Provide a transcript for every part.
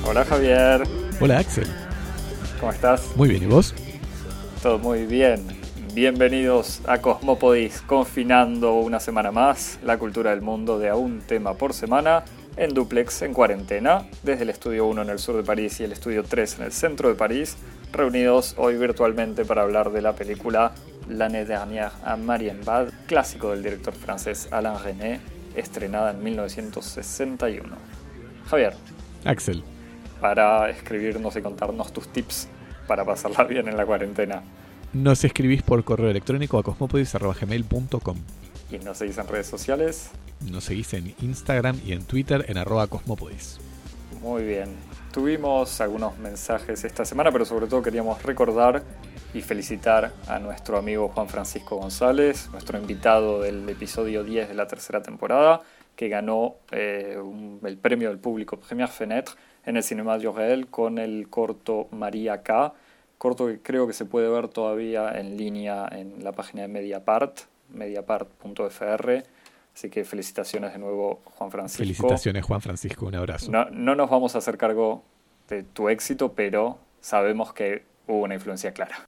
Hola Javier, Hola Axel, ¿cómo estás? muy bien, ¿y vos? Todo muy bien. Bienvenidos a Cosmópodis, confinando una semana más la cultura del mundo de a un tema por semana, en dúplex, en cuarentena, desde el estudio 1 en el sur de París y el estudio 3 en el centro de París, reunidos hoy virtualmente para hablar de la película L'année dernière à Marienbad, clásico del director francés Alain Resnais, estrenada en 1961. Javier, Axel, para escribirnos y contarnos tus tips para pasarla bien en la cuarentena. nos escribís por correo electrónico a cosmopodis@gmail.com. Y nos seguís en redes sociales. Nos seguís en Instagram y en Twitter en @cosmopodis. Muy bien. Tuvimos algunos mensajes esta semana, pero sobre todo queríamos recordar y felicitar a nuestro amigo Juan Francisco González, nuestro invitado del episodio 10 de la tercera temporada, que ganó el premio del público Première Fenêtre en el Cinéma du Réel con el corto María K, corto que creo que se puede ver todavía en línea en la página de Mediapart, mediapart.fr. Así que felicitaciones de nuevo, Juan Francisco. Felicitaciones, Juan Francisco, un abrazo. No nos vamos a hacer cargo de tu éxito, pero sabemos que hubo una influencia clara.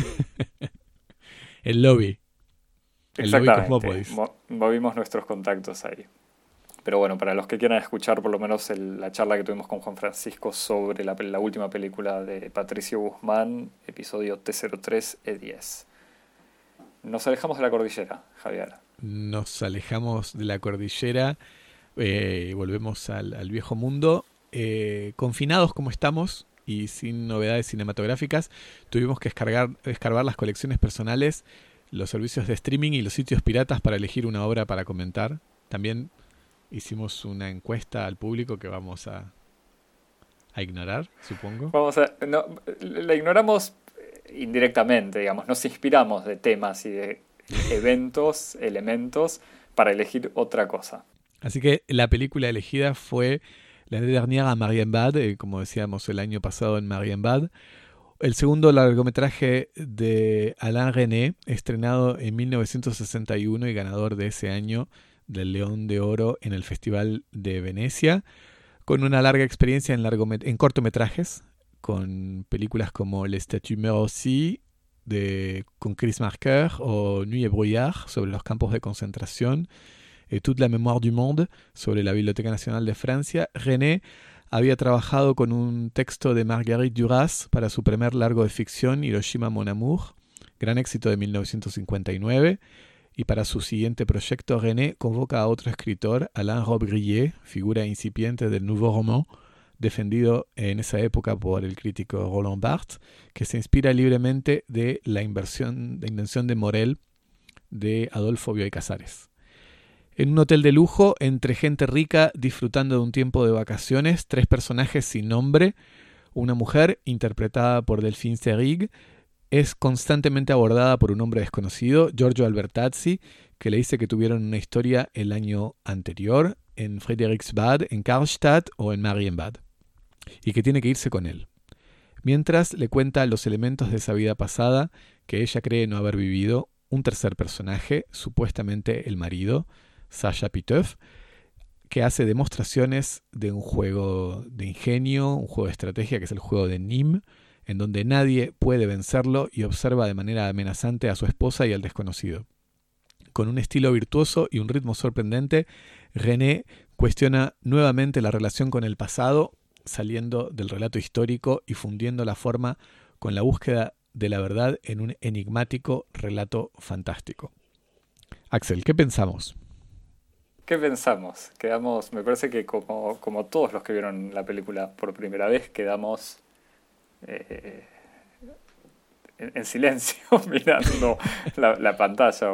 El lobby. El lobby Exactamente. Cosmopodis. Movimos nuestros contactos ahí. Pero bueno, para los que quieran escuchar por lo menos la charla que tuvimos con Juan Francisco sobre la última película de Patricio Guzmán, episodio T03E10. Nos alejamos de la cordillera, Javier. Nos alejamos de la cordillera, volvemos al viejo mundo. Confinados como estamos y sin novedades cinematográficas, tuvimos que escarbar las colecciones personales, los servicios de streaming y los sitios piratas para elegir una obra para comentar. También hicimos una encuesta al público que vamos a ignorar, supongo. La ignoramos indirectamente, digamos. Nos inspiramos de temas y de eventos, elementos, para elegir otra cosa. Así que la película elegida fue L'année dernière à Marienbad, como decíamos el año pasado en Marienbad. El segundo largometraje de Alain Resnais, estrenado en 1961 y ganador de ese año del León de Oro en el Festival de Venecia, con una larga experiencia en cortometrajes, con películas como Le Statut Merci con Chris Marker o Nuit et Brouillard sobre los campos de concentración, Toute la mémoire du monde sobre la Biblioteca Nacional de Francia. Resnais había trabajado con un texto de Marguerite Duras para su primer largo de ficción, Hiroshima Mon Amour, gran éxito de 1959, y para su siguiente proyecto Resnais convoca a otro escritor, Alain Robbe-Grillet, figura incipiente del Nouveau Roman, defendido en esa época por el crítico Roland Barthes, que se inspira libremente de la invención de Morel de Adolfo Bioy Casares. En un hotel de lujo, entre gente rica disfrutando de un tiempo de vacaciones, tres personajes sin nombre, una mujer interpretada por Delphine Seyrig, es constantemente abordada por un hombre desconocido, Giorgio Albertazzi, que le dice que tuvieron una historia el año anterior en Friedrichsbad, en Karlstadt o en Marienbad, y que tiene que irse con él. Mientras le cuenta los elementos de esa vida pasada que ella cree no haber vivido, un tercer personaje, supuestamente el marido, Sasha Pitoff, que hace demostraciones de un juego de ingenio, un juego de estrategia que es el juego de Nîmes, en donde nadie puede vencerlo y observa de manera amenazante a su esposa y al desconocido. Con un estilo virtuoso y un ritmo sorprendente, Resnais cuestiona nuevamente la relación con el pasado, saliendo del relato histórico y fundiendo la forma con la búsqueda de la verdad en un enigmático relato fantástico. Axel, ¿qué pensamos? ¿Qué pensamos? Me parece que como todos los que vieron la película por primera vez, quedamos en silencio mirando la pantalla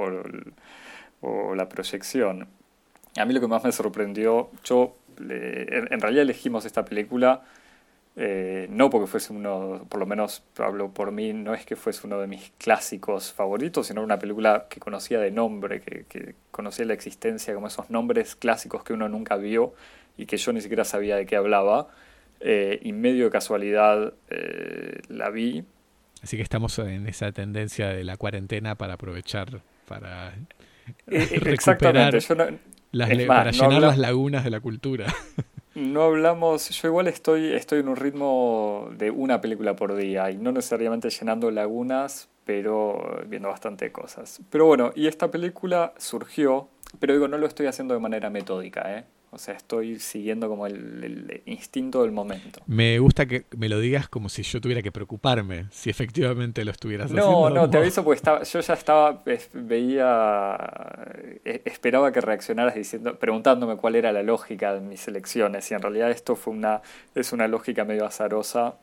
o la proyección. A mí lo que más me sorprendió, en realidad elegimos esta película no porque fuese uno, por lo menos hablo por mí, no es que fuese uno de mis clásicos favoritos, sino una película que conocía de nombre, que conocía la existencia, como esos nombres clásicos que uno nunca vio y que yo ni siquiera sabía de qué hablaba, y medio de casualidad la vi. Así que estamos en esa tendencia de la cuarentena para aprovechar, para recuperar para llenar las lagunas de la cultura. No hablamos, yo igual estoy en un ritmo de una película por día y no necesariamente llenando lagunas, pero viendo bastante cosas. Pero bueno, y esta película surgió, pero digo, no lo estoy haciendo de manera metódica, ¿eh? O sea, estoy siguiendo como el instinto del momento. Me gusta que me lo digas como si yo tuviera que preocuparme si efectivamente lo estuvieras No, haciendo o no, te no. aviso porque yo ya estaba, veía, esperaba que reaccionaras diciendo, preguntándome cuál era la lógica de mis elecciones y en realidad esto es una lógica medio azarosa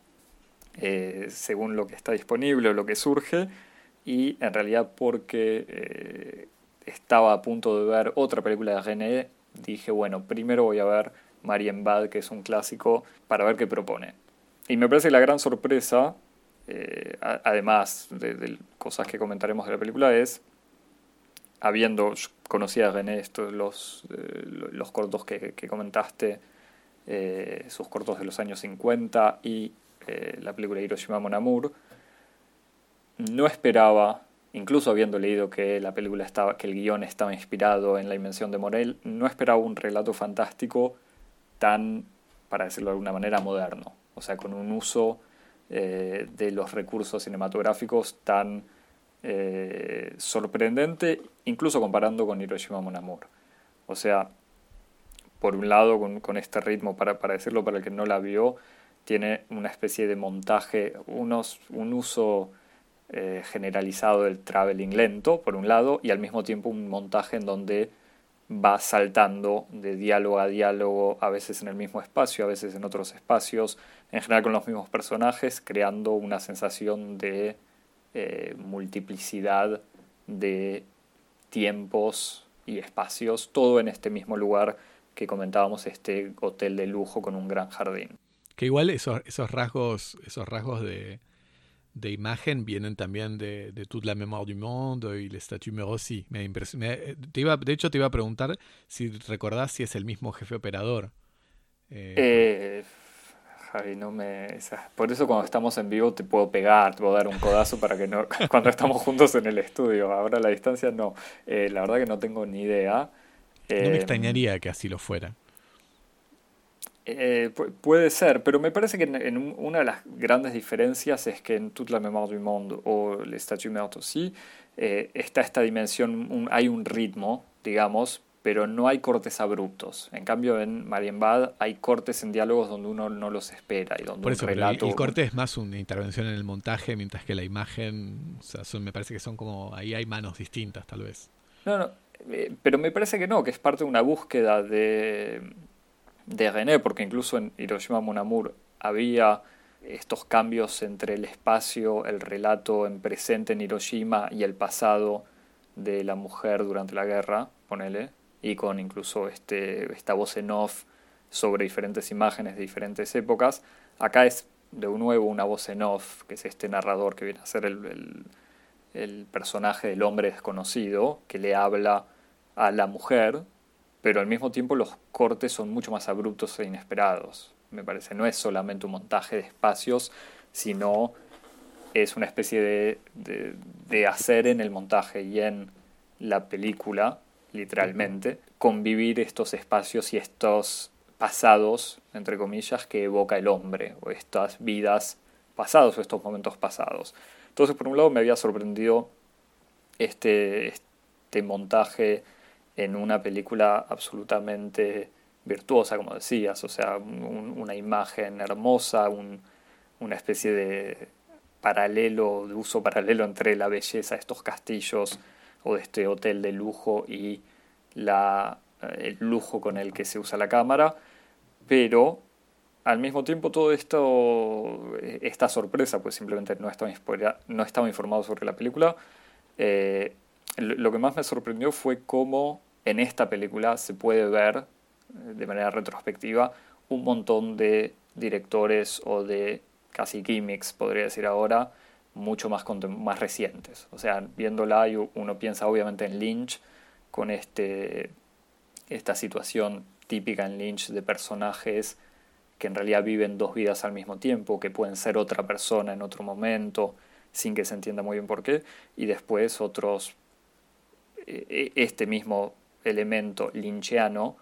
según lo que está disponible o lo que surge y en realidad porque estaba a punto de ver otra película de René, dije, bueno, primero voy a ver Marienbad, que es un clásico, para ver qué propone. Y me parece que la gran sorpresa además de cosas que comentaremos de la película, es, habiendo conocido a René los cortos que comentaste, sus cortos de los años 50 y la película Hiroshima Mon Amour, no esperaba, incluso habiendo leído que la película que el guión estaba inspirado en La Invención de Morel, no esperaba un relato fantástico tan, para decirlo de alguna manera, moderno. O sea, con un uso de los recursos cinematográficos tan sorprendente, incluso comparando con Hiroshima Mon Amour. O sea, por un lado, con este ritmo, para decirlo para el que no la vio, tiene una especie de montaje, un uso generalizado del traveling lento, por un lado, y al mismo tiempo un montaje en donde va saltando de diálogo a diálogo, a veces en el mismo espacio, a veces en otros espacios, en general con los mismos personajes, creando una sensación de multiplicidad de tiempos y espacios, todo en este mismo lugar que comentábamos, este hotel de lujo con un gran jardín. Que igual esos rasgos de imagen vienen también de Toute la mémoire du monde y Le Statut Mérossi. De hecho, te iba a preguntar si recordás si es el mismo jefe operador. Porque Eh, Javi, por eso cuando estamos en vivo te puedo pegar, te puedo dar un codazo para que no, cuando estamos juntos en el estudio, ahora a la distancia no. La verdad que no tengo ni idea. no me Eh, extrañaría que así lo fuera. Puede ser, pero me parece que una de las grandes diferencias es que en Toute la mémoire du monde o Le Statut Mérossi está esta dimensión, hay un ritmo, digamos, pero no hay cortes abruptos. En cambio, en Marienbad hay cortes en diálogos donde uno no los espera y donde Por un eso, pero el relato... corte es más una intervención en el montaje, mientras que la imagen, o sea, me parece que son como, ahí hay manos distintas tal vez. No, no, pero me parece que no, que es parte de una búsqueda de René, porque incluso en Hiroshima Mon Amour había estos cambios entre el espacio, el relato en presente en Hiroshima y el pasado de la mujer durante la guerra, ponele, y con incluso esta voz en off sobre diferentes imágenes de diferentes épocas. Acá es de nuevo una voz en off, que es este narrador que viene a ser el personaje del hombre desconocido, que le habla a la mujer, pero al mismo tiempo los cortes son mucho más abruptos e inesperados. Me parece, no es solamente un montaje de espacios, sino es una especie de hacer en el montaje y en la película, literalmente, convivir estos espacios y estos pasados, entre comillas, que evoca el hombre, o estas vidas pasadas o estos momentos pasados. Entonces, por un lado, me había sorprendido este montaje en una película absolutamente virtuosa, como decías, o sea, una imagen hermosa, una especie de paralelo, de uso paralelo entre la belleza de estos castillos o de este hotel de lujo y el lujo con el que se usa la cámara, pero al mismo tiempo todo esto, esta sorpresa, pues simplemente no estaba informado sobre la película. Lo que más me sorprendió fue cómo en esta película se puede ver de manera retrospectiva un montón de directores o de casi gimmicks, podría decir ahora, mucho más recientes. O sea, viéndola uno piensa obviamente en Lynch con esta situación típica en Lynch de personajes que en realidad viven dos vidas al mismo tiempo, que pueden ser otra persona en otro momento, sin que se entienda muy bien por qué, y después este mismo elemento lynchiano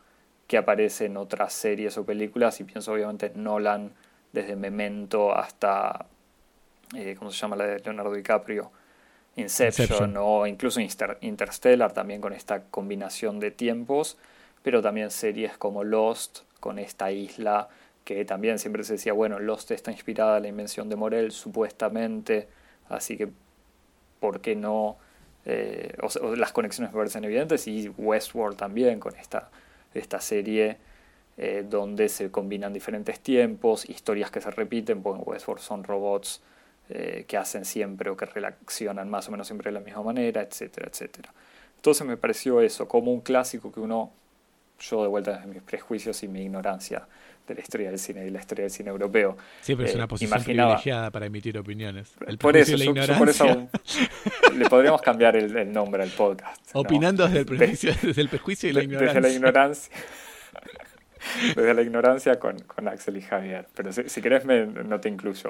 que aparece en otras series o películas, y pienso obviamente en Nolan, desde Memento hasta, ¿cómo se llama la de Leonardo DiCaprio? Inception. O incluso Interstellar, también con esta combinación de tiempos, pero también series como Lost, con esta isla que también siempre se decía, bueno, Lost está inspirada en la invención de Morel, supuestamente, así que, ¿por qué no? O las conexiones me parecen evidentes, y Westworld también, con esta serie donde se combinan diferentes tiempos, historias que se repiten, porque en Westworld son robots que hacen siempre o que reaccionan más o menos siempre de la misma manera, etcétera, etcétera. Entonces me pareció eso, como un clásico que yo de vuelta desde mis prejuicios y mi ignorancia de la historia del cine y la historia del cine europeo. Sí, pero es una posición privilegiada para emitir opiniones. Por eso, yo por eso le podríamos cambiar el nombre al podcast. Opinando desde el prejuicio y la ignorancia. Desde la ignorancia. Desde la ignorancia con Axel y Javier. Pero si querés no te incluyo.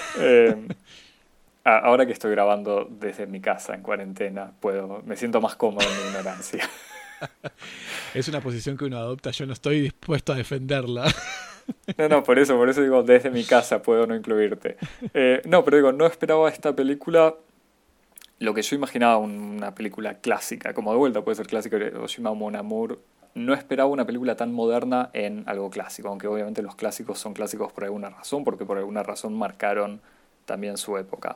Ahora que estoy grabando desde mi casa en cuarentena, me siento más cómodo en mi ignorancia. Es una posición que uno adopta, yo no estoy dispuesto a defenderla. No, por eso digo, desde mi casa puedo no incluirte. No, pero digo, no esperaba esta película, lo que yo imaginaba una película clásica, como de vuelta puede ser clásica de Oshima Mon Amour. No esperaba una película tan moderna en algo clásico, aunque obviamente los clásicos son clásicos por alguna razón, porque por alguna razón marcaron también su época.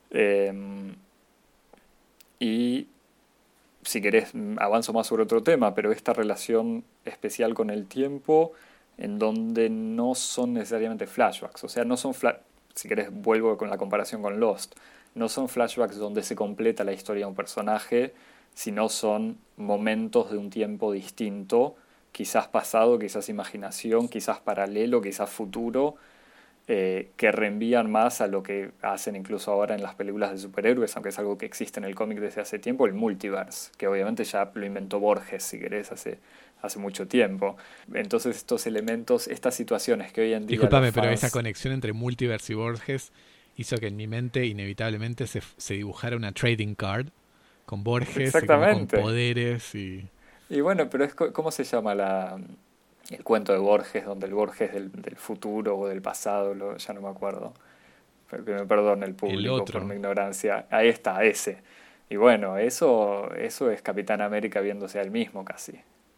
Y si querés avanzo más sobre otro tema, pero esta relación especial con el tiempo, en donde no son necesariamente flashbacks, o sea, no son si querés vuelvo con la comparación con Lost, no son flashbacks donde se completa la historia de un personaje, sino son momentos de un tiempo distinto, quizás pasado, quizás imaginación, quizás paralelo, quizás futuro, que reenvían más a lo que hacen incluso ahora en las películas de superhéroes, aunque es algo que existe en el cómic desde hace tiempo, el multiverse, que obviamente ya lo inventó Borges, si querés, hace mucho tiempo. Entonces estos elementos, estas situaciones que hoy en día... Discúlpame, pero esa conexión entre multiverse y Borges hizo que en mi mente inevitablemente se dibujara una trading card con Borges, con poderes y... Y bueno, pero ¿cómo se llama el cuento de Borges, donde el Borges del futuro o del pasado, ya no me acuerdo? Que me perdone el público por mi ignorancia. Ahí está, ese. Y bueno, eso es Capitán América viéndose a él mismo casi.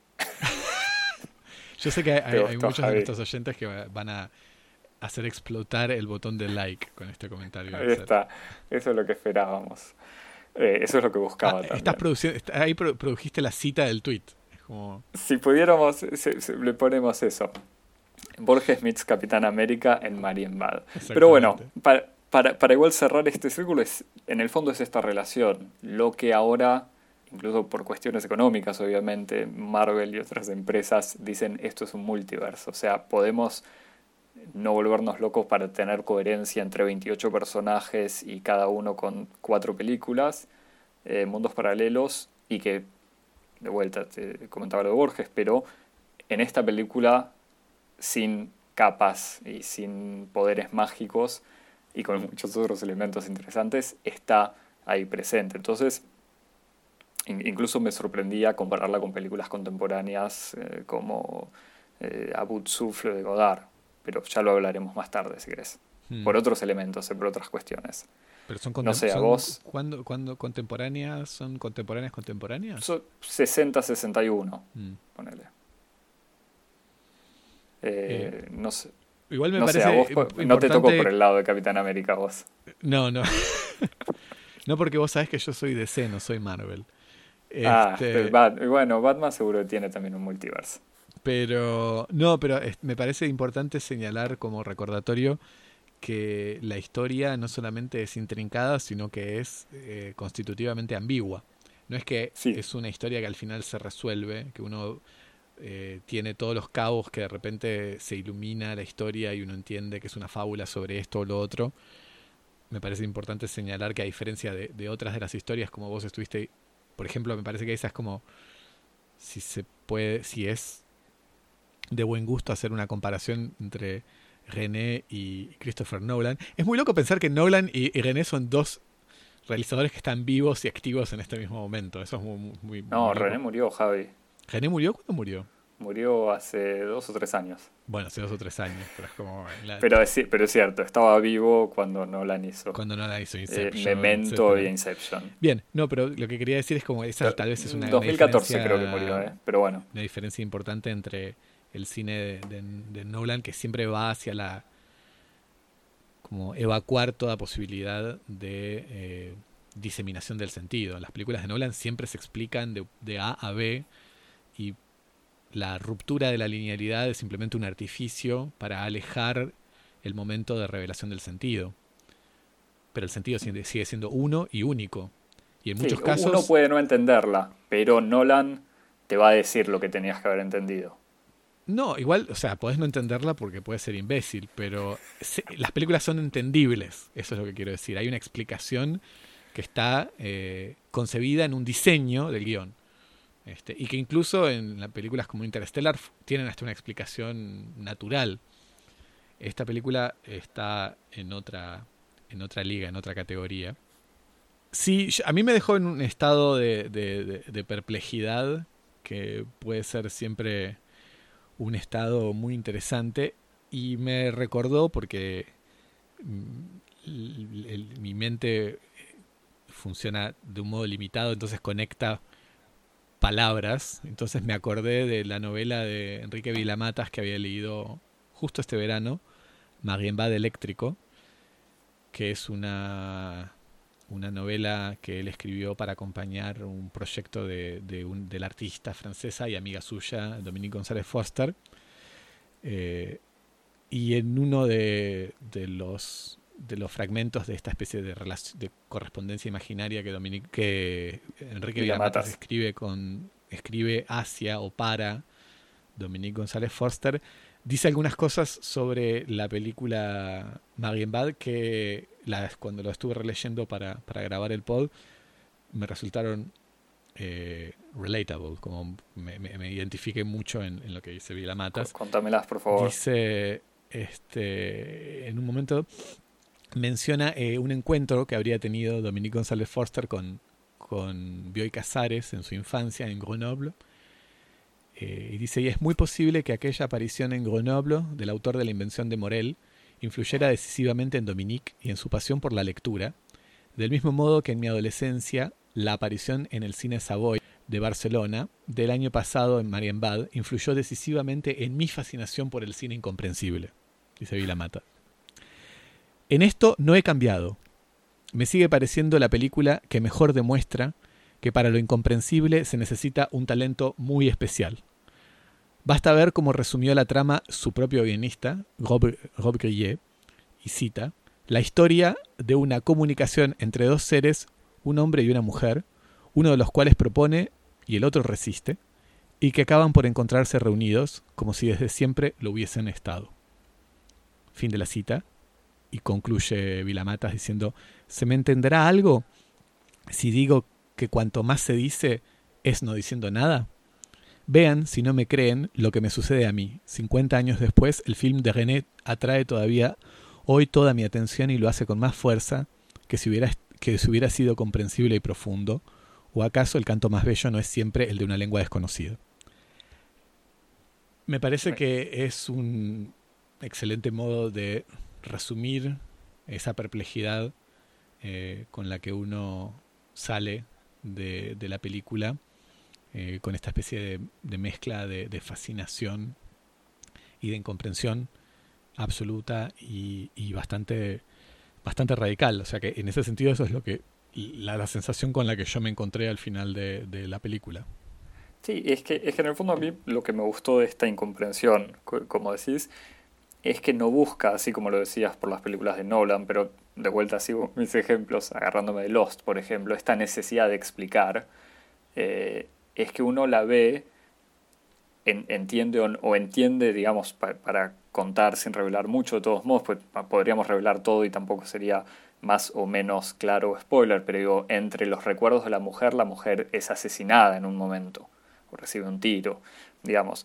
Yo sé que hay muchos de nuestros oyentes que van a hacer explotar el botón de like con este comentario. Ahí está, eso es lo que esperábamos. Eso es lo que buscaba también. Ahí produjiste la cita del tweet. Como... Si pudiéramos, le ponemos eso. Borges meets Capitán América en Marienbad. Pero bueno, para igual cerrar este círculo, en el fondo es esta relación. Lo que ahora, incluso por cuestiones económicas, obviamente, Marvel y otras empresas dicen esto es un multiverso. O sea, podemos no volvernos locos para tener coherencia entre 28 personajes y cada uno con 4 películas, mundos paralelos, y que, de vuelta, te comentaba lo de Borges, pero en esta película, sin capas y sin poderes mágicos y con muchos otros elementos interesantes, está ahí presente. Entonces, incluso me sorprendía compararla con películas contemporáneas como Abu Souffle de Godard, pero ya lo hablaremos más tarde, si querés. Por otros elementos, por otras cuestiones. Pero son no sé, a vos... ¿Cuándo contemporáneas? ¿Son contemporáneas? Son 60-61, ponele. No sé. Igual me no parece sé, a vos importante... no te tocó por el lado de Capitán América vos. No. No, porque vos sabés que yo soy DC, no soy Marvel. Bueno, Batman seguro tiene también un multiverso. Pero me parece importante señalar como recordatorio que la historia no solamente es intrincada, sino que es constitutivamente ambigua. No es que es una historia que al final se resuelve, que uno tiene todos los cabos, que de repente se ilumina la historia y uno entiende que es una fábula sobre esto o lo otro. Me parece importante señalar que a diferencia de otras de las historias, como vos estuviste, por ejemplo, me parece que esa es como, si es de buen gusto hacer una comparación entre René y Christopher Nolan. Es muy loco pensar que Nolan y René son dos realizadores que están vivos y activos en este mismo momento. Eso es muy No, loco. René murió, Javi. ¿René murió? ¿Cuándo murió? Murió hace 2 o 3 años. Bueno, hace 2 o 3 años, pero es como... Pero es cierto, estaba vivo cuando Nolan hizo Cuando no la hizo Inception, Memento etcétera. y Inception. Bien, no, pero lo que quería decir es como esa tal vez es una 2014 diferencia, creo que murió, pero bueno. una diferencia importante entre el cine de Nolan, que siempre va hacia como evacuar toda posibilidad de diseminación del sentido. Las películas de Nolan siempre se explican de A a B, y la ruptura de la linealidad es simplemente un artificio para alejar el momento de revelación del sentido. Pero el sentido sigue siendo uno y único. Y en Sí, muchos casos... uno puede no entenderla, pero Nolan te va a decir lo que tenías que haber entendido. No, igual, o sea, podés no entenderla porque puede ser imbécil, pero las películas son entendibles, eso es lo que quiero decir. Hay una explicación que está concebida en un diseño del guión. Y que incluso en las películas como Interstellar tienen hasta una explicación natural. Esta película está en otra liga, en otra categoría. Sí, a mí me dejó en un estado de perplejidad, que puede ser siempre un estado muy interesante, y me recordó porque mi mente funciona de un modo limitado, entonces conecta palabras. Entonces me acordé de la novela de Enrique Vilamatas que había leído justo este verano, Marienbad Eléctrico, que es una novela que él escribió para acompañar un proyecto de la artista francesa y amiga suya, Dominique González Foster. Y en uno de los fragmentos de esta especie de correspondencia imaginaria que Enrique Vilamatas escribe hacia o para Dominique González Foster, dice algunas cosas sobre la película Marienbad que cuando lo estuve releyendo para grabar el pod me resultaron relatable, como me identifiqué mucho en lo que dice Vilamatas. Contámelas, por favor. Dice, en un momento menciona un encuentro que habría tenido Dominique González Foster con Bioy Casares en su infancia en Grenoble. Y dice, y es muy posible que aquella aparición en Grenoble del autor de La invención de Morel influyera decisivamente en Dominique y en su pasión por la lectura, del mismo modo que en mi adolescencia la aparición en el cine Savoy de Barcelona del año pasado en Marienbad influyó decisivamente en mi fascinación por el cine incomprensible, dice Vilamata. En esto no he cambiado. Me sigue pareciendo la película que mejor demuestra que para lo incomprensible se necesita un talento muy especial. Basta ver cómo resumió la trama su propio guionista, Rob Grillet, y cita, la historia de una comunicación entre dos seres, un hombre y una mujer, uno de los cuales propone y el otro resiste, y que acaban por encontrarse reunidos como si desde siempre lo hubiesen estado. Fin de la cita. Y concluye Vilamatas diciendo, ¿se me entenderá algo si digo que cuanto más se dice es no diciendo nada? Vean, si no me creen, lo que me sucede a mí. 50 años después, el film de René atrae todavía hoy toda mi atención y lo hace con más fuerza que si hubiera sido comprensible y profundo. ¿O acaso el canto más bello no es siempre el de una lengua desconocida? Me parece que es un excelente modo de resumir esa perplejidad con la que uno sale de la película, con esta especie de mezcla de fascinación y de incomprensión absoluta y bastante radical. O sea que en ese sentido eso es lo que la sensación con la que yo me encontré al final de la película. Sí, es que en el fondo a mí lo que me gustó de esta incomprensión, como decís, es que no busca, así como lo decías por las películas de Nolan, pero de vuelta sigo mis ejemplos, agarrándome de Lost, por ejemplo, esta necesidad de explicar, es que uno la ve, entiende o entiende, digamos, para contar sin revelar mucho, de todos modos, pues podríamos revelar todo y tampoco sería más o menos claro spoiler, pero digo, entre los recuerdos de la mujer es asesinada en un momento, o recibe un tiro, digamos.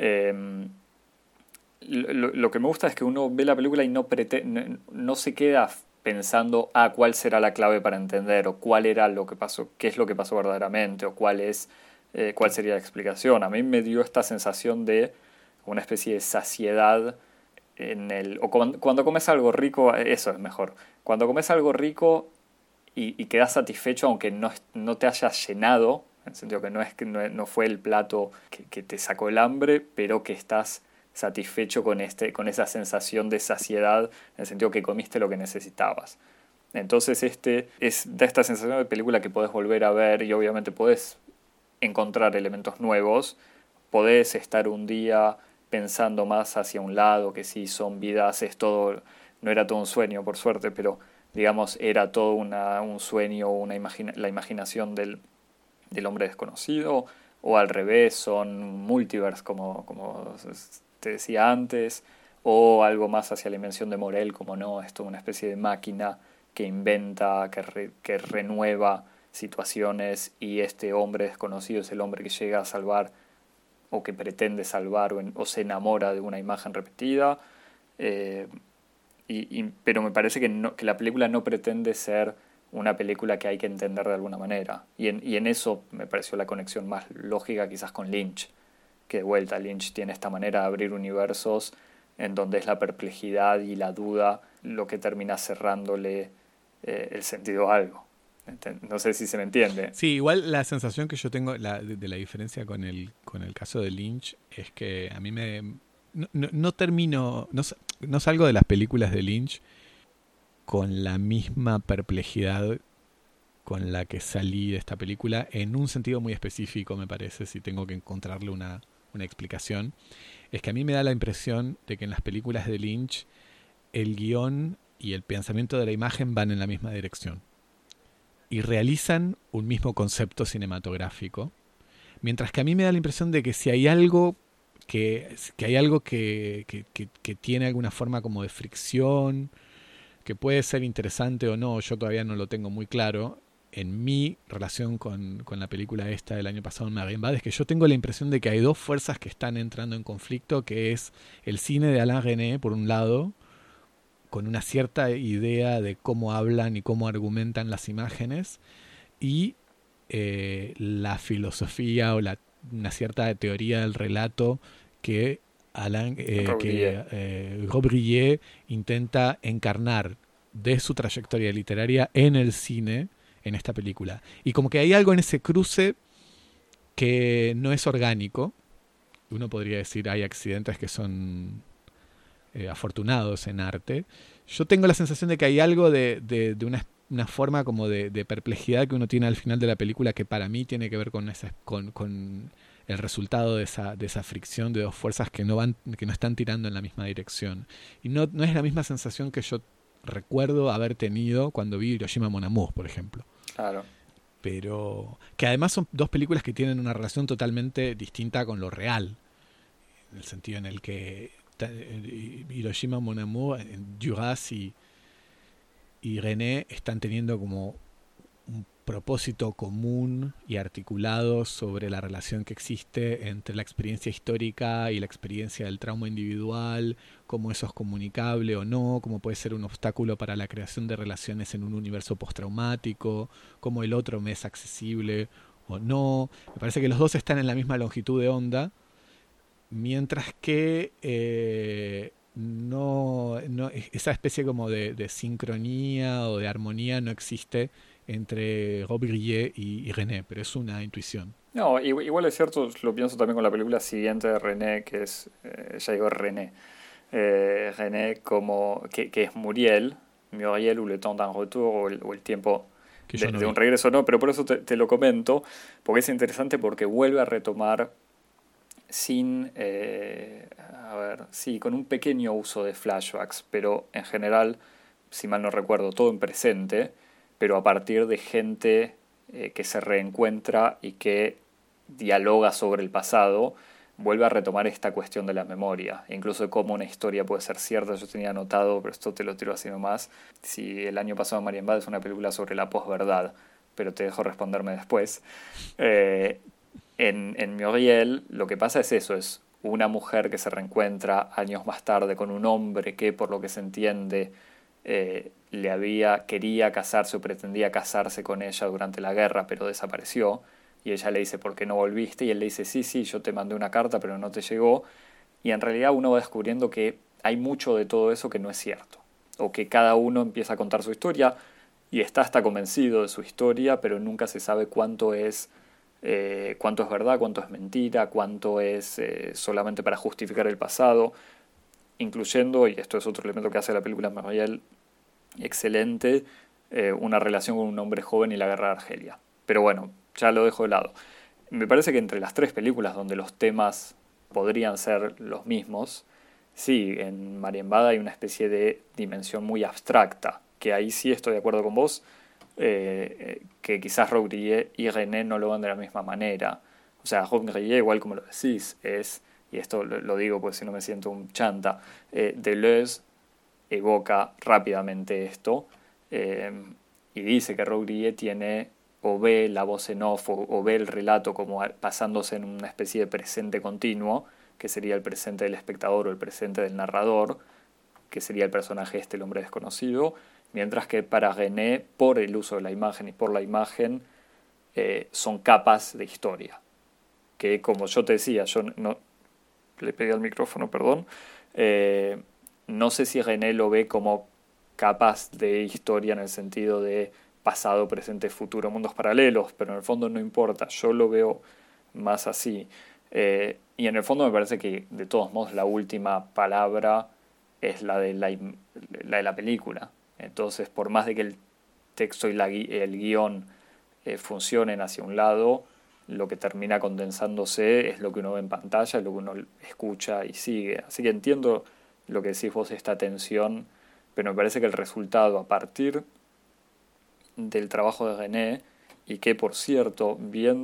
Lo que me gusta es que uno ve la película y no se queda pensando cuál será la clave para entender, o cuál era lo que pasó, qué es lo que pasó verdaderamente, o cuál es cuál sería la explicación. A mí me dio esta sensación de una especie de saciedad o cuando comes algo rico, eso es mejor. Cuando comes algo rico y quedas satisfecho, aunque no te hayas llenado, en el sentido que no fue el plato que te sacó el hambre, pero que estás satisfecho con esa sensación de saciedad, en el sentido que comiste lo que necesitabas. Entonces da esta sensación de película que podés volver a ver y obviamente podés encontrar elementos nuevos, podés estar un día pensando más hacia un lado, que sí, son vidas, no era todo un sueño por suerte, pero digamos era todo un sueño, la imaginación del hombre desconocido, o al revés, son multiverse como te decía antes, o algo más hacia la invención de Morel, como no, esto es una especie de máquina que inventa, que renueva situaciones, y este hombre desconocido es el hombre que llega a salvar o que pretende salvar o se enamora de una imagen repetida, pero me parece que la película no pretende ser una película que hay que entender de alguna manera, y en eso me pareció la conexión más lógica quizás con Lynch, que de vuelta Lynch tiene esta manera de abrir universos en donde es la perplejidad y la duda lo que termina cerrándole el sentido a algo. No sé si se me entiende. Sí, igual la sensación que yo tengo de la diferencia con el caso de Lynch es que a mí no salgo de las películas de Lynch con la misma perplejidad con la que salí de esta película, en un sentido muy específico, me parece, si tengo que encontrarle una explicación. Es que a mí me da la impresión de que en las películas de Lynch el guión y el pensamiento de la imagen van en la misma dirección y realizan un mismo concepto cinematográfico, mientras que a mí me da la impresión de que si hay algo que tiene alguna forma como de fricción, que puede ser interesante o no, yo todavía no lo tengo muy claro, en mi relación con la película esta del año pasado, Marienbad, es que yo tengo la impresión de que hay dos fuerzas que están entrando en conflicto, que es el cine de Alain Resnais, por un lado, con una cierta idea de cómo hablan y cómo argumentan las imágenes, y la filosofía o una cierta teoría del relato que Rob Grillet intenta encarnar de su trayectoria literaria en el cine, en esta película. Y como que hay algo en ese cruce que no es orgánico. Uno podría decir hay accidentes que son afortunados en arte. Yo tengo la sensación de que hay algo de una forma como de perplejidad que uno tiene al final de la película, que para mí tiene que ver con el resultado de esa fricción de dos fuerzas que no están tirando en la misma dirección. Y no es la misma sensación que yo recuerdo haber tenido cuando vi Hiroshima Mon Amour, por ejemplo. Claro. Pero que además son dos películas que tienen una relación totalmente distinta con lo real, en el sentido en el que Hiroshima Mon Amour, Duras y René están teniendo como un propósito común y articulado sobre la relación que existe entre la experiencia histórica y la experiencia del trauma individual, cómo eso es comunicable o no, cómo puede ser un obstáculo para la creación de relaciones en un universo postraumático, cómo el otro me es accesible o no. Me parece que los dos están en la misma longitud de onda, mientras que esa especie como de sincronía o de armonía no existe entre Rob Grillet y René, pero es una intuición. No, igual es cierto, lo pienso también con la película siguiente de René, que es, ya digo René, René que es Muriel ou le temps d'un retour, o el tiempo de un regreso, no, pero por eso te lo comento, porque es interesante, porque vuelve a retomar con un pequeño uso de flashbacks, pero en general, si mal no recuerdo, todo en presente, pero a partir de gente que se reencuentra y que dialoga sobre el pasado, vuelve a retomar esta cuestión de la memoria, incluso de cómo una historia puede ser cierta. Yo tenía anotado, pero esto te lo tiro así nomás, si el año pasado Marienbad es una película sobre la posverdad, pero te dejo responderme después. En Muriel lo que pasa es eso, es una mujer que se reencuentra años más tarde con un hombre que, por lo que se entiende, quería casarse o pretendía casarse con ella durante la guerra, pero desapareció, y ella le dice, ¿por qué no volviste? Y él le dice, sí, yo te mandé una carta, pero no te llegó. Y en realidad uno va descubriendo que hay mucho de todo eso que no es cierto, o que cada uno empieza a contar su historia y está hasta convencido de su historia, pero nunca se sabe cuánto es verdad, cuánto es mentira, cuánto es solamente para justificar el pasado, incluyendo, y esto es otro elemento que hace la película Marielle excelente, una relación con un hombre joven y la guerra de Argelia. Pero bueno, ya lo dejo de lado. Me parece que entre las tres películas donde los temas podrían ser los mismos, sí, en Marienbad hay una especie de dimensión muy abstracta, que ahí sí estoy de acuerdo con vos, que quizás Rob Grillet y René no lo van de la misma manera. O sea, Rob Grillet, igual como lo decís, es, y esto lo digo porque si no me siento un chanta, Deleuze evoca rápidamente esto, y dice que Rob Grillet tiene o ve la voz en off o ve el relato como pasándose en una especie de presente continuo, que sería el presente del espectador o el presente del narrador, que sería el personaje el hombre desconocido, mientras que para René, por el uso de la imagen y por la imagen, son capas de historia. Que como yo te decía, yo no le pegué al micrófono, perdón, no sé si René lo ve como capas de historia en el sentido de pasado, presente, futuro, mundos paralelos, pero en el fondo no importa, yo lo veo más así. Y en el fondo me parece que de todos modos la última palabra es la de la película. Entonces, por más de que el texto y el guión funcionen hacia un lado, lo que termina condensándose es lo que uno ve en pantalla, lo que uno escucha y sigue. Así que entiendo lo que decís vos, esta tensión, pero me parece que el resultado a partir del trabajo de René, y que por cierto,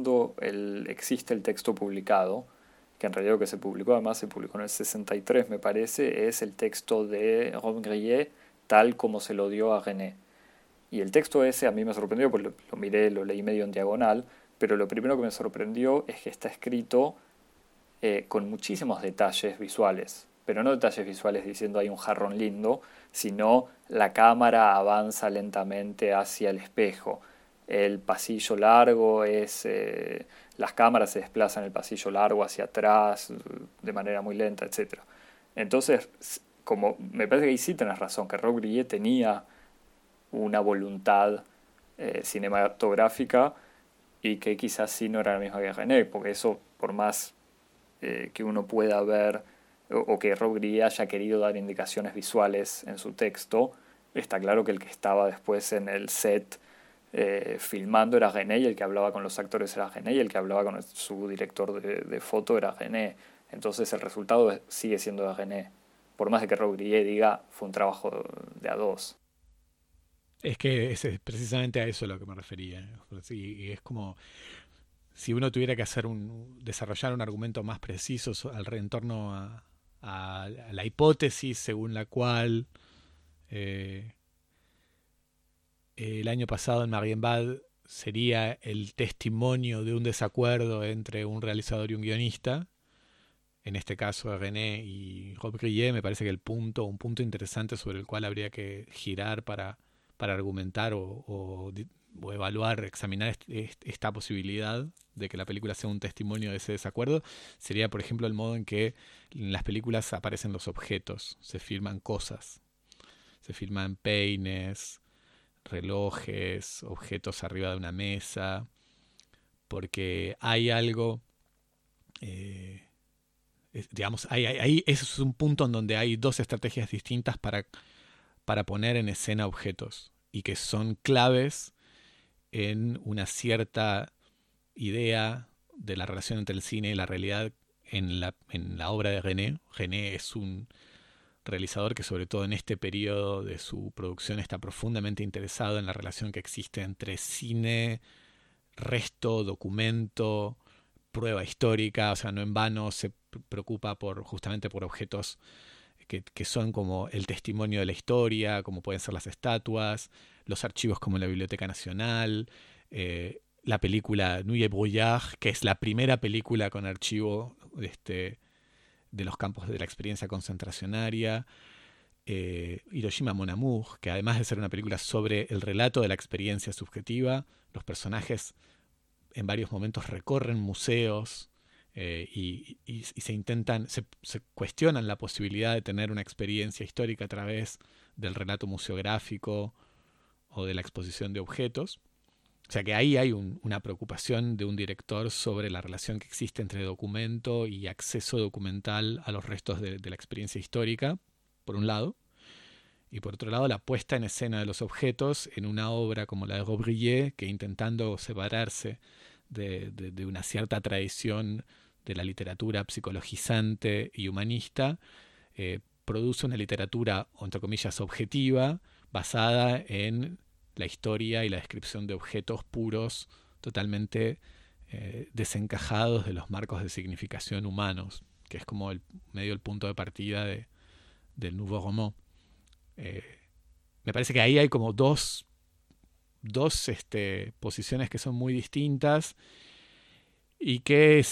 existe el texto publicado, que en realidad lo que se publicó, además se publicó en el 63 me parece, es el texto de Rob Grillet tal como se lo dio a René. Y el texto ese a mí me sorprendió, porque lo miré, lo leí medio en diagonal, pero lo primero que me sorprendió es que está escrito con muchísimos detalles visuales, pero no detalles visuales diciendo hay un jarrón lindo, sino la cámara avanza lentamente hacia el espejo. El pasillo largo las cámaras se desplazan el pasillo largo hacia atrás de manera muy lenta, etc. Entonces, como me parece que ahí sí tenés razón, que Rob Grillet tenía una voluntad cinematográfica y que quizás sí no era la misma que René, porque eso, por más que uno pueda ver o que Rob Grillet haya querido dar indicaciones visuales en su texto, está claro que el que estaba después en el set filmando era René, y el que hablaba con los actores era René, y el que hablaba con su director de foto era René. Entonces el resultado sigue siendo de René, por más de que Rob Grillet diga fue un trabajo de a dos. Es que es precisamente a eso a lo que me refería. Y es como si uno tuviera que desarrollar un argumento más preciso en torno a la hipótesis según la cual el año pasado en Marienbad sería el testimonio de un desacuerdo entre un realizador y un guionista, en este caso René y Rob Grillet, me parece que un punto interesante sobre el cual habría que girar para argumentar o evaluar, examinar esta posibilidad de que la película sea un testimonio de ese desacuerdo, sería, por ejemplo, el modo en que en las películas aparecen los objetos, se filman cosas, se filman peines, relojes, objetos arriba de una mesa, porque hay algo, digamos, ahí ese es un punto en donde hay dos estrategias distintas para poner en escena objetos y que son claves en una cierta idea de la relación entre el cine y la realidad en la obra de René. René es un realizador que sobre todo en este periodo de su producción está profundamente interesado en la relación que existe entre cine, resto, documento, prueba histórica, o sea, no en vano se preocupa justamente por objetos que son como el testimonio de la historia, como pueden ser las estatuas, los archivos como la Biblioteca Nacional, la película Nuit et Brouillard, que es la primera película con archivo de los campos de la experiencia concentracionaria, Hiroshima Mon Amour, que además de ser una película sobre el relato de la experiencia subjetiva, los personajes en varios momentos recorren museos y se cuestionan la posibilidad de tener una experiencia histórica a través del relato museográfico o de la exposición de objetos. O sea que ahí hay una preocupación de un director sobre la relación que existe entre documento y acceso documental a los restos de la experiencia histórica, por un lado, y por otro lado la puesta en escena de los objetos en una obra como la de Robbe-Grillet, que intentando separarse de una cierta tradición de la literatura psicologizante y humanista, produce una literatura, entre comillas, objetiva, basada en la historia y la descripción de objetos puros, totalmente desencajados de los marcos de significación humanos, que es como medio el punto de partida del Nouveau Roman. Me parece que ahí hay como dos posiciones que son muy distintas y que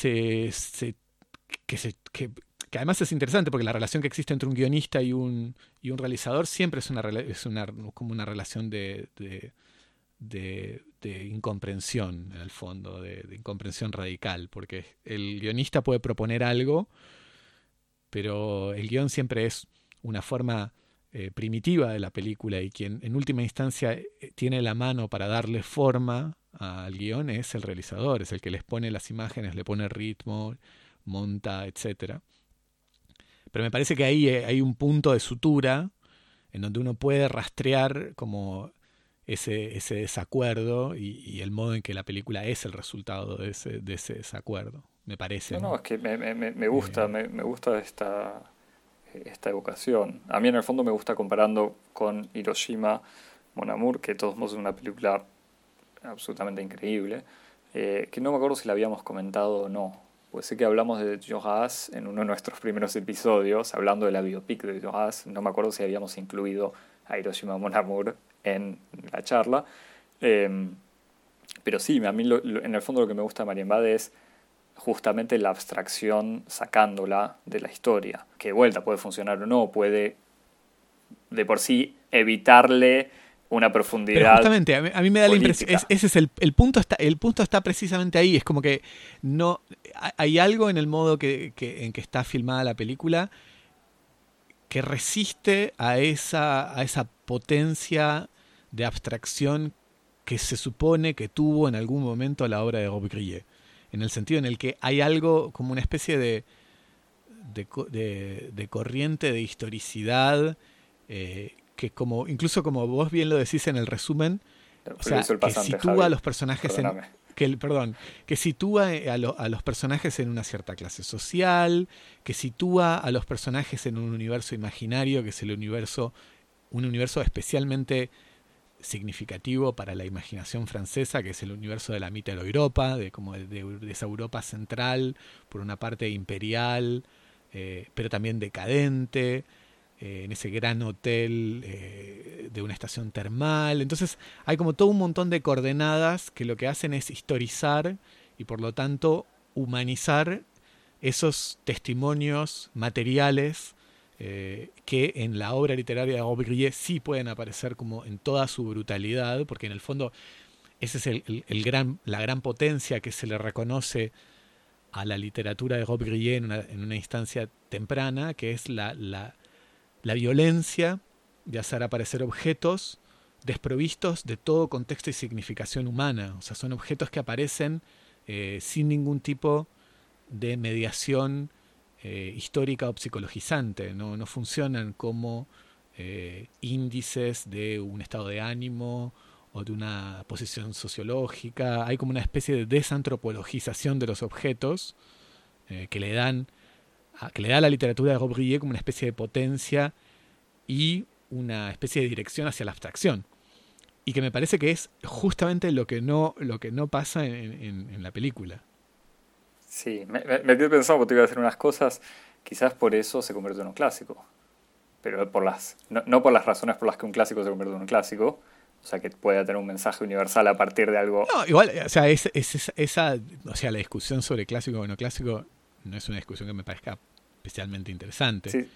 que además es interesante porque la relación que existe entre un guionista y un realizador siempre es como una relación de incomprensión, en el fondo, de incomprensión radical, porque el guionista puede proponer algo, pero el guión siempre es una forma primitiva de la película, y quien en última instancia tiene la mano para darle forma al guión es el realizador, es el que les pone las imágenes, le pone ritmo, monta, etcétera. Pero me parece que ahí hay un punto de sutura en donde uno puede rastrear como ese desacuerdo y el modo en que la película es el resultado de ese desacuerdo, me parece, No, ¿no? es que me gusta, me gusta esta evocación. A mí en el fondo me gusta comparando con Hiroshima Mon Amour, que de todos modos es una película absolutamente increíble, que no me acuerdo si la habíamos comentado o no. Pues sé que hablamos de Jonas en uno de nuestros primeros episodios, hablando de la biopic de Jonas. No me acuerdo si habíamos incluido a Hiroshima Mon Amour en la charla. Pero sí, a mí en el fondo lo que me gusta de Marienbad es justamente la abstracción sacándola de la historia. Que de vuelta puede funcionar o no, puede de por sí evitarle una profundidad. Pero justamente a mí me da la impresión, ese es el punto está precisamente ahí. Es como que no hay algo en el modo en que está filmada la película que resiste a esa potencia de abstracción que se supone que tuvo en algún momento la obra de Robbe-Grillet, en el sentido en el que hay algo como una especie de corriente de historicidad, que incluso como vos bien lo decís en el resumen, o sea, que sitúa a los personajes que sitúa a los personajes en una cierta clase social, que sitúa a los personajes en un universo imaginario, que es un universo especialmente significativo para la imaginación francesa, que es el universo de la Mitteleuropa, de esa Europa central, por una parte imperial, pero también decadente, en ese gran hotel de una estación termal. Entonces hay como todo un montón de coordenadas que lo que hacen es historizar y por lo tanto humanizar esos testimonios materiales que en la obra literaria de Robbe-Grillet sí pueden aparecer como en toda su brutalidad, porque en el fondo esa es la gran potencia que se le reconoce a la literatura de Robbe-Grillet en una instancia temprana, que es la violencia de hacer aparecer objetos desprovistos de todo contexto y significación humana. O sea, son objetos que aparecen sin ningún tipo de mediación histórica o psicologizante. No funcionan como índices de un estado de ánimo o de una posición sociológica. Hay como una especie de desantropologización de los objetos que le da a la literatura de Robbe-Grillet como una especie de potencia y una especie de dirección hacia la abstracción, y que me parece que es justamente lo que no pasa en la película. Sí, me quedé pensando porque te iba a decir unas cosas, quizás por eso se convirtió en un clásico, pero no por las razones por las que un clásico se convierte en un clásico, o sea, que pueda tener un mensaje universal a partir de algo. No, igual, o sea, o sea, la discusión sobre clásico o no clásico no es una discusión que me parezca especialmente interesante, Sí,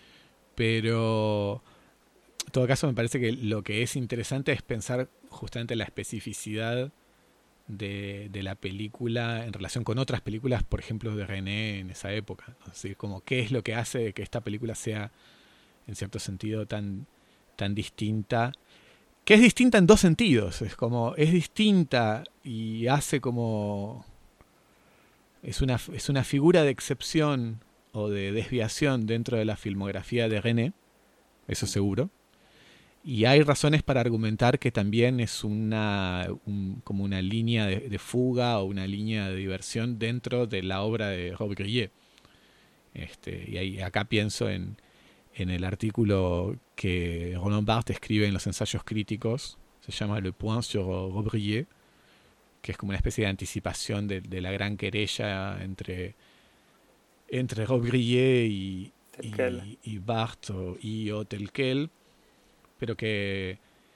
pero en todo caso me parece que lo que es interesante es pensar justamente la especificidad de la película en relación con otras películas, por ejemplo, de René en esa época. Es decir, como qué es lo que hace que esta película sea, en cierto sentido, tan distinta. Que es distinta en dos sentidos. Es distinta y hace como... Es una figura de excepción o de desviación dentro de la filmografía de René, eso seguro. Y hay razones para argumentar que también es como una línea de fuga o una línea de diversión dentro de la obra de Rob Grillet. Acá pienso en el artículo que Roland Barthes escribe en los ensayos críticos, se llama Le Point sur Rob Grillet, que es como una especie de anticipación de la gran querella entre Rob Grillet y Barthes o Telquel, pero que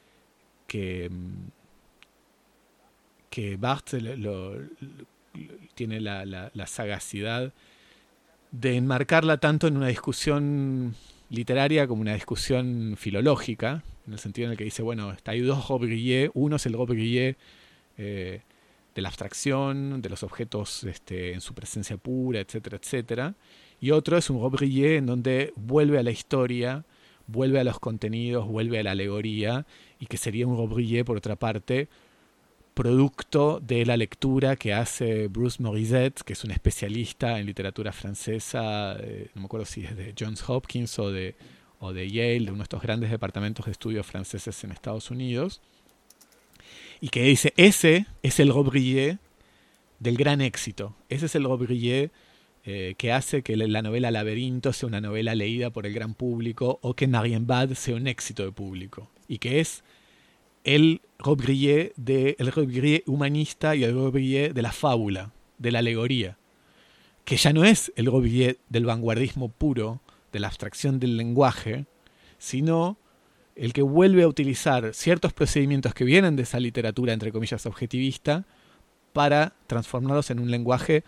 Barthes tiene la sagacidad de enmarcarla tanto en una discusión literaria como una discusión filológica, en el sentido en el que dice, bueno, hay dos Rob Grillet, uno es el Rob Grillet de la abstracción, de los objetos en su presencia pura, etcétera, etcétera, y otro es un Rob Grillet en donde vuelve a la historia, vuelve a los contenidos, vuelve a la alegoría, y que sería un Rob Grillet, por otra parte, producto de la lectura que hace Bruce Morizet, que es un especialista en literatura francesa, no me acuerdo si es de Johns Hopkins o de Yale, de uno de estos grandes departamentos de estudios franceses en Estados Unidos, y que dice, ese es el Rob Grillet del gran éxito, ese es el Rob Grillet que hace que la novela Laberinto sea una novela leída por el gran público o que Marienbad sea un éxito de público, y que es el Rob Grillet humanista y el Rob Grillet de la fábula, de la alegoría, que ya no es el Rob Grillet del vanguardismo puro, de la abstracción del lenguaje, sino el que vuelve a utilizar ciertos procedimientos que vienen de esa literatura, entre comillas, objetivista, para transformarlos en un lenguaje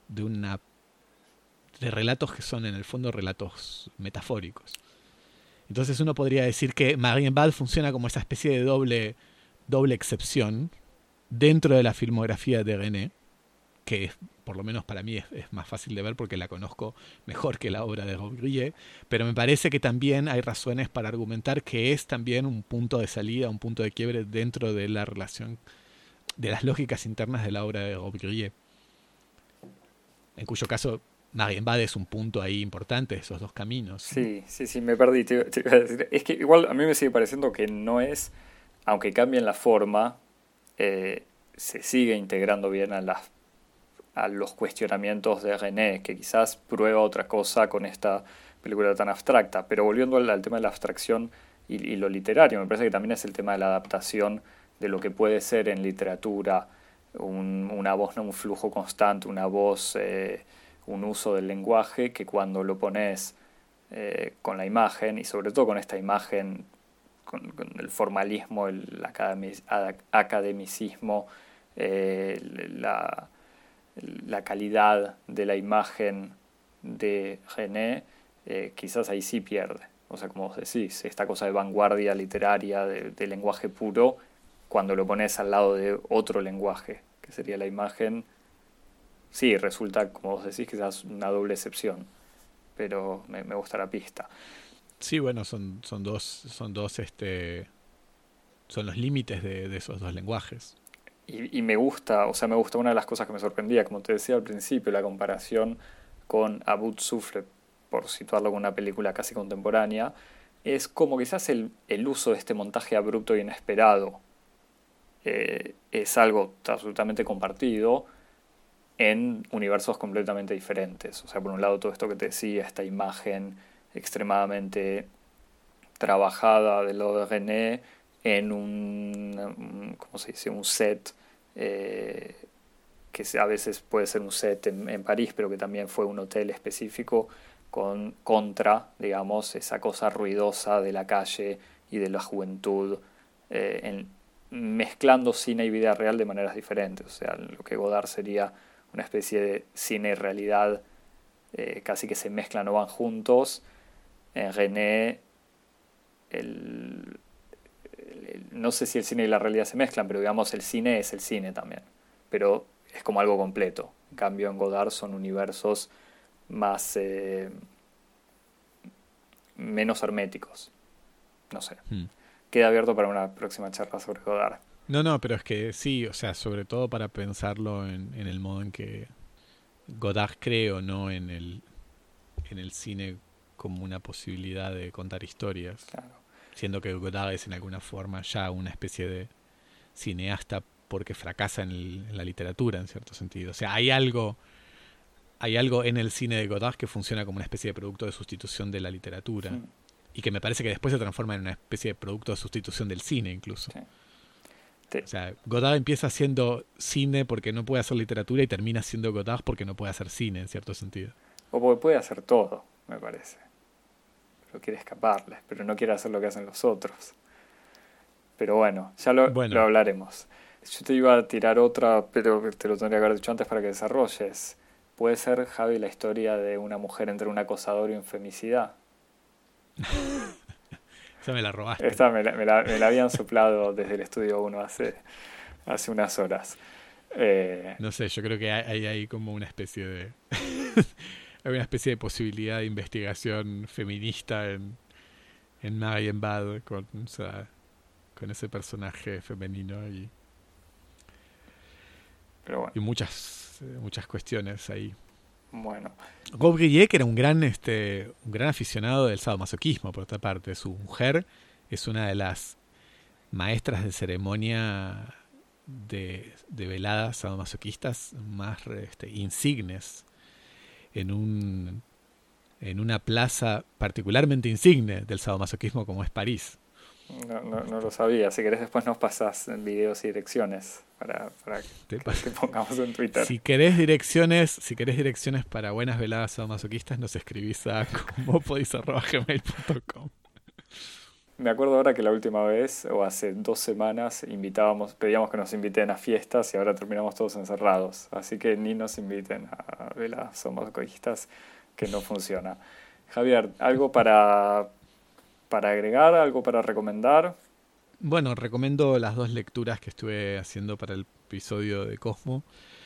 de relatos que son en el fondo relatos metafóricos. Entonces uno podría decir que Marienbad funciona como esa especie de doble excepción dentro de la filmografía de René, que por lo menos para mí es más fácil de ver porque la conozco mejor que la obra de Rob Grillet, pero me parece que también hay razones para argumentar que es también un punto de salida, un punto de quiebre dentro de la relación, de las lógicas internas de la obra de Rob Grillet. En cuyo caso Marienbad es un punto ahí importante de esos dos caminos, ¿no? Sí, me perdí. Te iba a decir. Es que igual a mí me sigue pareciendo que no es, aunque cambien la forma, se sigue integrando bien a los cuestionamientos de René, que quizás prueba otra cosa con esta película tan abstracta. Pero volviendo al tema de la abstracción y lo literario, me parece que también es el tema de la adaptación de lo que puede ser en literatura una voz, no un flujo constante, una voz, un uso del lenguaje, que cuando lo pones con la imagen, y sobre todo con esta imagen, con el formalismo, el academicismo, la calidad de la imagen de René, quizás ahí sí pierde. O sea, como vos decís, esta cosa de vanguardia literaria, de lenguaje puro, cuando lo pones al lado de otro lenguaje, que sería la imagen, sí, resulta, como vos decís, quizás una doble excepción, pero me gusta la pista. Sí, bueno, son los límites de esos dos lenguajes. Y me gusta, o sea, me gusta una de las cosas que me sorprendía, como te decía al principio, la comparación con Aboud Soufre, por situarlo con una película casi contemporánea, es como quizás el uso de este montaje abrupto y inesperado es algo absolutamente compartido en universos completamente diferentes. O sea, por un lado todo esto que te decía, esta imagen extremadamente trabajada de lo de René en ¿cómo se dice? Un set que a veces puede ser un set en París, pero que también fue un hotel específico contra, digamos, esa cosa ruidosa de la calle y de la juventud, mezclando cine y vida real de maneras diferentes. O sea, lo que Godard sería una especie de cine y realidad, casi que se mezclan o van juntos. En René, no sé si el cine y la realidad se mezclan, pero digamos el cine es el cine también. pero es como algo completo. En cambio, en Godard son universos más menos herméticos. No sé. Queda abierto para una próxima charla sobre Godard. No, pero es que sí, o sea, sobre todo para pensarlo en el modo en que Godard cree o no en el cine como una posibilidad de contar historias. Claro. Siendo que Godard es en alguna forma ya una especie de cineasta porque fracasa en la literatura en cierto sentido. O sea, hay algo en el cine de Godard que funciona como una especie de producto de sustitución de la literatura. Y que me parece que después se transforma en una especie de producto de sustitución del cine incluso. Sí. O sea, Godard empieza haciendo cine porque no puede hacer literatura y termina siendo Godard porque no puede hacer cine en cierto sentido. O porque puede hacer todo, me parece. Pero quiere escaparles, pero no quiere hacer lo que hacen los otros. Pero bueno, ya lo hablaremos. Yo te iba a tirar otra, pero te lo tendría que haber dicho antes para que desarrolles. ¿Puede ser, Javi, la historia de una mujer entre un acosador y un femicida? Esa me la robaste. Esta me la habían soplado desde el estudio 1 hace unas horas. No sé, yo creo que hay ahí como una especie de hay una especie de posibilidad de investigación feminista en Marienbad con ese personaje femenino Pero bueno. y muchas cuestiones ahí. Bueno. Gauguier, que era un gran aficionado del sadomasoquismo, por otra parte. Su mujer es una de las maestras de ceremonia de veladas sadomasoquistas más insignes en una plaza particularmente insigne del sadomasoquismo como es París. No lo sabía. Si querés después nos pasás videos y direcciones para que pongamos en Twitter. Si querés direcciones para buenas veladas sadomasoquistas, nos escribís a cosmopodis@gmail.com. Me acuerdo ahora que la última vez, o hace 2 semanas, pedíamos que nos inviten a fiestas y ahora terminamos todos encerrados. Así que ni nos inviten a veladas sadomasoquistas, que no funciona. Javier, ¿algo para agregar, algo para recomendar? Bueno, recomiendo las 2 lecturas que estuve haciendo para el episodio de Cosmo.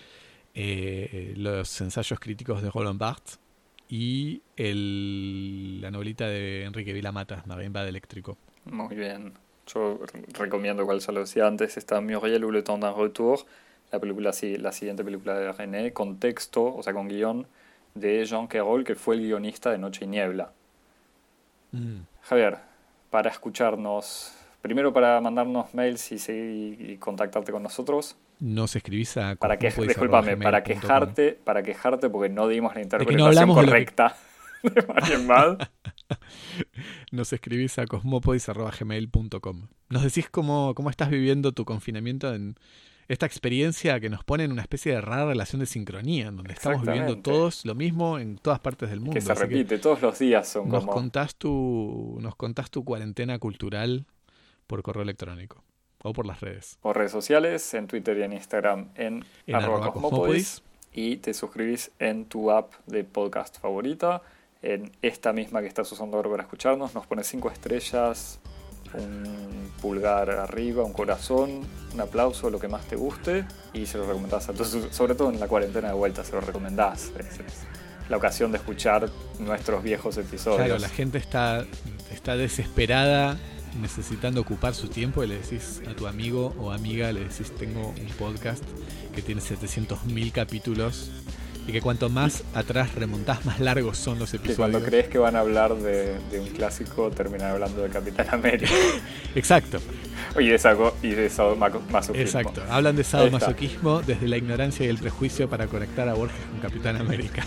Los ensayos críticos de Roland Barthes y la novelita de Enrique Vila-Matas, Marienbad Eléctrico. Muy bien. Yo recomiendo, cual ya lo decía antes, está Muriel ou le temps d'un retour, la siguiente película de René, con texto, o sea, con guión de Jean Querol, que fue el guionista de Noche y Niebla. Javier, para escucharnos, primero para mandarnos mails y contactarte con nosotros. Nos escribís a para quejarte porque no dimos la interpretación correcta de Marienbad. Nos escribís a cosmopodis@gmail.com. Nos decís cómo estás viviendo tu confinamiento en esta experiencia que nos pone en una especie de rara relación de sincronía, en donde estamos viviendo todos lo mismo en todas partes del mundo. Que se repite, todos los días son nos contás tu cuarentena cultural por correo electrónico o por las redes. Por redes sociales, en Twitter y en Instagram en @cosmopodis. Y te suscribís en tu app de podcast favorita, en esta misma que estás usando ahora para escucharnos. Nos pones 5 estrellas, un pulgar arriba, un corazón, un aplauso, lo que más te guste, y se lo recomendás a todos, sobre todo en la cuarentena de vuelta, se lo recomendás. Es la ocasión de escuchar nuestros viejos episodios. Claro, la gente está desesperada, necesitando ocupar su tiempo, y le decís a tu amigo o amiga, le decís: tengo un podcast que tiene 700.000 capítulos, y que cuanto más atrás remontás, más largos son los episodios. Que cuando crees que van a hablar de un clásico, terminan hablando de Capitán América. Exacto. Y de sadomasoquismo. Exacto. Hablan de sadomasoquismo desde la ignorancia y el prejuicio para conectar a Borges con Capitán América.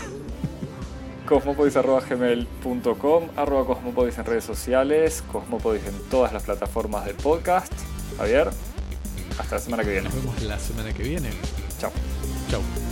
Cosmopodis@gmail.com, @Cosmopodis en redes sociales, Cosmopodis en todas las plataformas del podcast. Javier, hasta la semana que viene. Nos vemos la semana que viene. Chao. Chao.